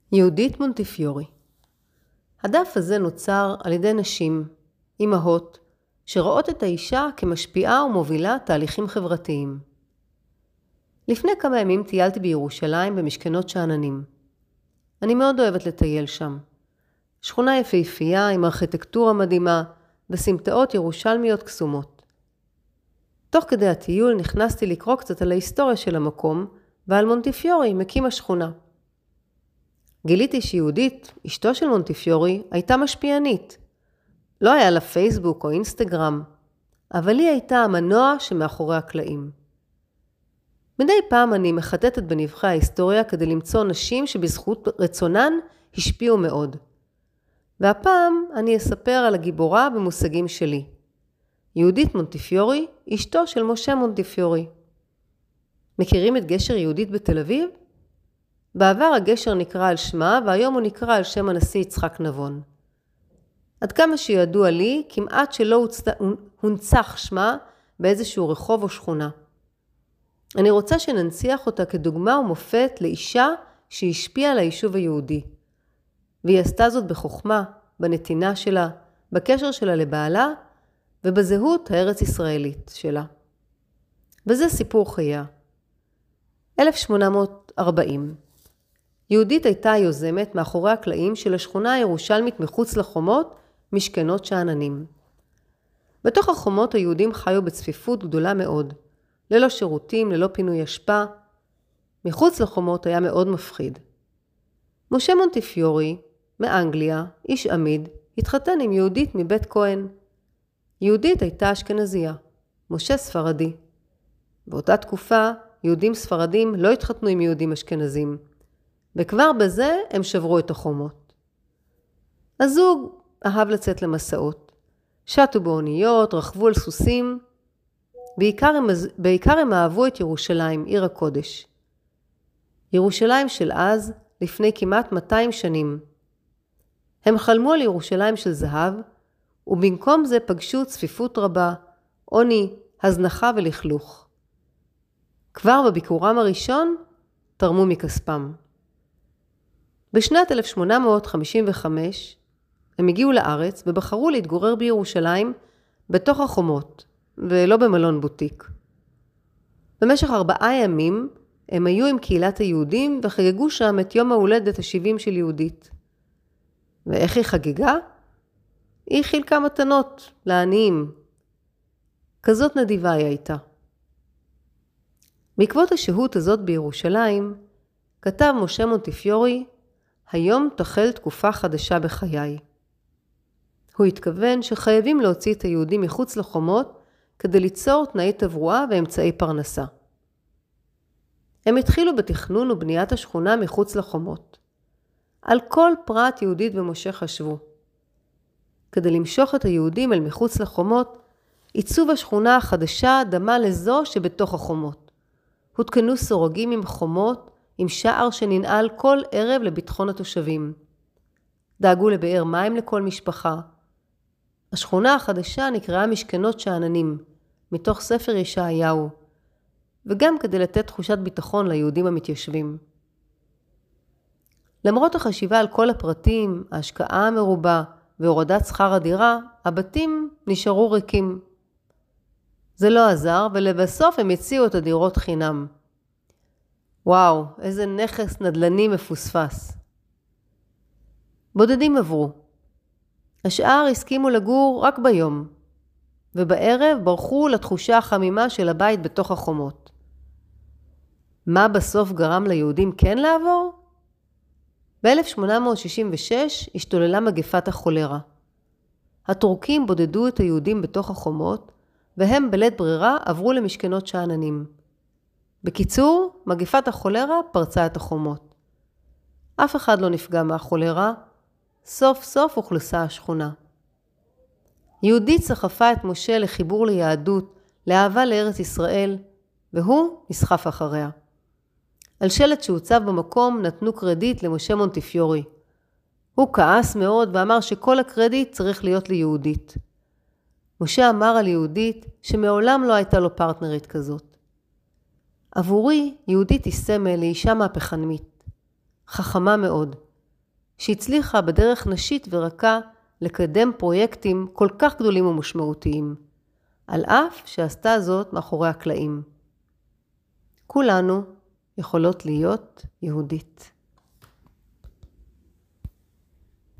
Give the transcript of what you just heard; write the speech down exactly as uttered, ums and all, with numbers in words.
יהודית מונטיפיורי. הדף הזה נוצר על ידי נשים, אימהות, שרואות את האישה כמשפיעה ומובילה תהליכים חברתיים. לפני כמה ימים טיילתי בירושלים במשכנות שאננים. אני מאוד אוהבת לטייל שם. שכונה יפהפייה עם ארכיטקטורה מדהימה וסמטאות ירושלמיות קסומות. תוך כדי הטיול נכנסתי לקרוא קצת על ההיסטוריה של המקום ועל מונטיפיורי, מקים השכונה. גיליתי שיהודית, אשתו של מונטיפיורי, הייתה משפיענית. לא היה לה פייסבוק או אינסטגרם, אבל היא הייתה המנוע שמאחורי הקלעים. מדי פעם אני מחטטת בנבחי ההיסטוריה כדי למצוא נשים שבזכות רצונן השפיעו מאוד. והפעם אני אספר על הגיבורה במושגים שלי. יהודית מונטיפיורי, אשתו של משה מונטיפיורי. מכירים את גשר יהודית בתל אביב? בעבר הגשר נקרא על שמה, והיום הוא נקרא על שם הנשיא יצחק נבון. עד כמה שידוע לי, כמעט שלא הונצח שמה באיזשהו רחוב או שכונה. אני רוצה שננציח אותה כדוגמה ומופת לאישה שהשפיעה על היישוב היהודי. והיא עשתה זאת בחוכמה, בנתינה שלה, בקשר שלה לבעלה, ובזהות הארץ ישראלית שלה. וזה סיפור חייה. אלף שמונה מאות וארבעים. יהודית הייתה היוזמת מאחורי הקלעים של השכונה הירושלמית מחוץ לחומות, משכנות שאננים. בתוך החומות היהודים חיו בצפיפות גדולה מאוד, ללא שירותים, ללא פינוי אשפה. מחוץ לחומות היה מאוד מפחיד. משה מונטיפיורי, מאנגליה, איש עמיד, התחתן עם יהודית מבית כהן. יהודית הייתה אשכנזייה, משה ספרדי. באותה תקופה, יהודים ספרדים לא התחתנו עם יהודים אשכנזים, וכבר בזה הם שברו את החומות. הזוג אהב לצאת למסעות. שטו באוניות, רכבו על סוסים. בעיקר הם, בעיקר הם אהבו את ירושלים, עיר הקודש. ירושלים של אז, לפני כמעט מאתיים שנים. הם חלמו על ירושלים של זהב, ובמקום זה פגשו צפיפות רבה, עוני, הזנחה ולכלוך. כבר בביקורם הראשון תרמו מכספם. בשנת אלף שמונה מאות חמישים וחמש הם הגיעו לארץ ובחרו להתגורר בירושלים בתוך החומות, ולא במלון בוטיק. במשך ארבעה ימים הם היו עם קהילת היהודים וחגגו שם את יום ההולדת ה-שבעים של יהודית. ואיך היא חגגה? היא חילקה מתנות לעניים. כזאת נדיבה היא הייתה. בעקבות השהות הזאת בירושלים, כתב משה מונטיפיורי, היום תחל תקופה חדשה בחיי. הוא התכוון שחייבים להוציא את היהודים מחוץ לחומות כדי ליצור תנאי תברואה ואמצעי פרנסה. הם התחילו בתכנון ובניית השכונה מחוץ לחומות. על כל פרט יהודית ומשה חשבו. כדי למשוך את היהודים אל מחוץ לחומות, עיצוב השכונה החדשה דמה לזו שבתוך החומות. הותקנו סורגים עם חומות, עם שער שננעל כל ערב לביטחון התושבים. דאגו לבאר מים לכל משפחה. השכונה החדשה נקראה משכנות שאננים, מתוך ספר ישעיהו, וגם כדי לתת תחושת ביטחון ליהודים המתיישבים. למרות החשיבה על כל הפרטים, ההשקעה המרובה והורדת שכר הדירה, הבתים נשארו ריקים. זה לא עזר, ולבסוף הם הציעו את הדירות חינם. וואו, איזה נכס נדל"ני מפוספס. בודדים עברו. השאר הסכימו לגור רק ביום, ובערב ברחו לתחושה החמימה של הבית בתוך החומות. מה בסוף גרם ליהודים כן לעבור? ב-אלף שמונה מאות שישים ושש השתוללה מגפת החולרה. הטורקים בודדו את היהודים בתוך החומות, והם בלית ברירה עברו למשכנות שאננים. בקיצור, מגפת החולרה פרצה את החומות. אף אחד לא נפגע מהחולרה, סוף סוף אוכלסה השכונה. יהודית סחפה את משה לחיבור ליהדות, לאהבה לארץ ישראל, והוא נסחף אחריה. על שלט שהוצב במקום נתנו קרדיט למשה מונטיפיורי. הוא כעס מאוד ואמר שכל הקרדיט צריך להיות ליהודית. משה אמר על יהודית שמעולם לא הייתה לו פרטנרית כזאת. עבורי יהודית היא סמל לאישה מהפכנית. חכמה מאוד, שהצליחה בדרך נשית ורכה לקדם פרויקטים כל כך גדולים ומשמעותיים, על אף שעשתה זאת מאחורי הקלעים. כולנו יכולות להיות יהודית.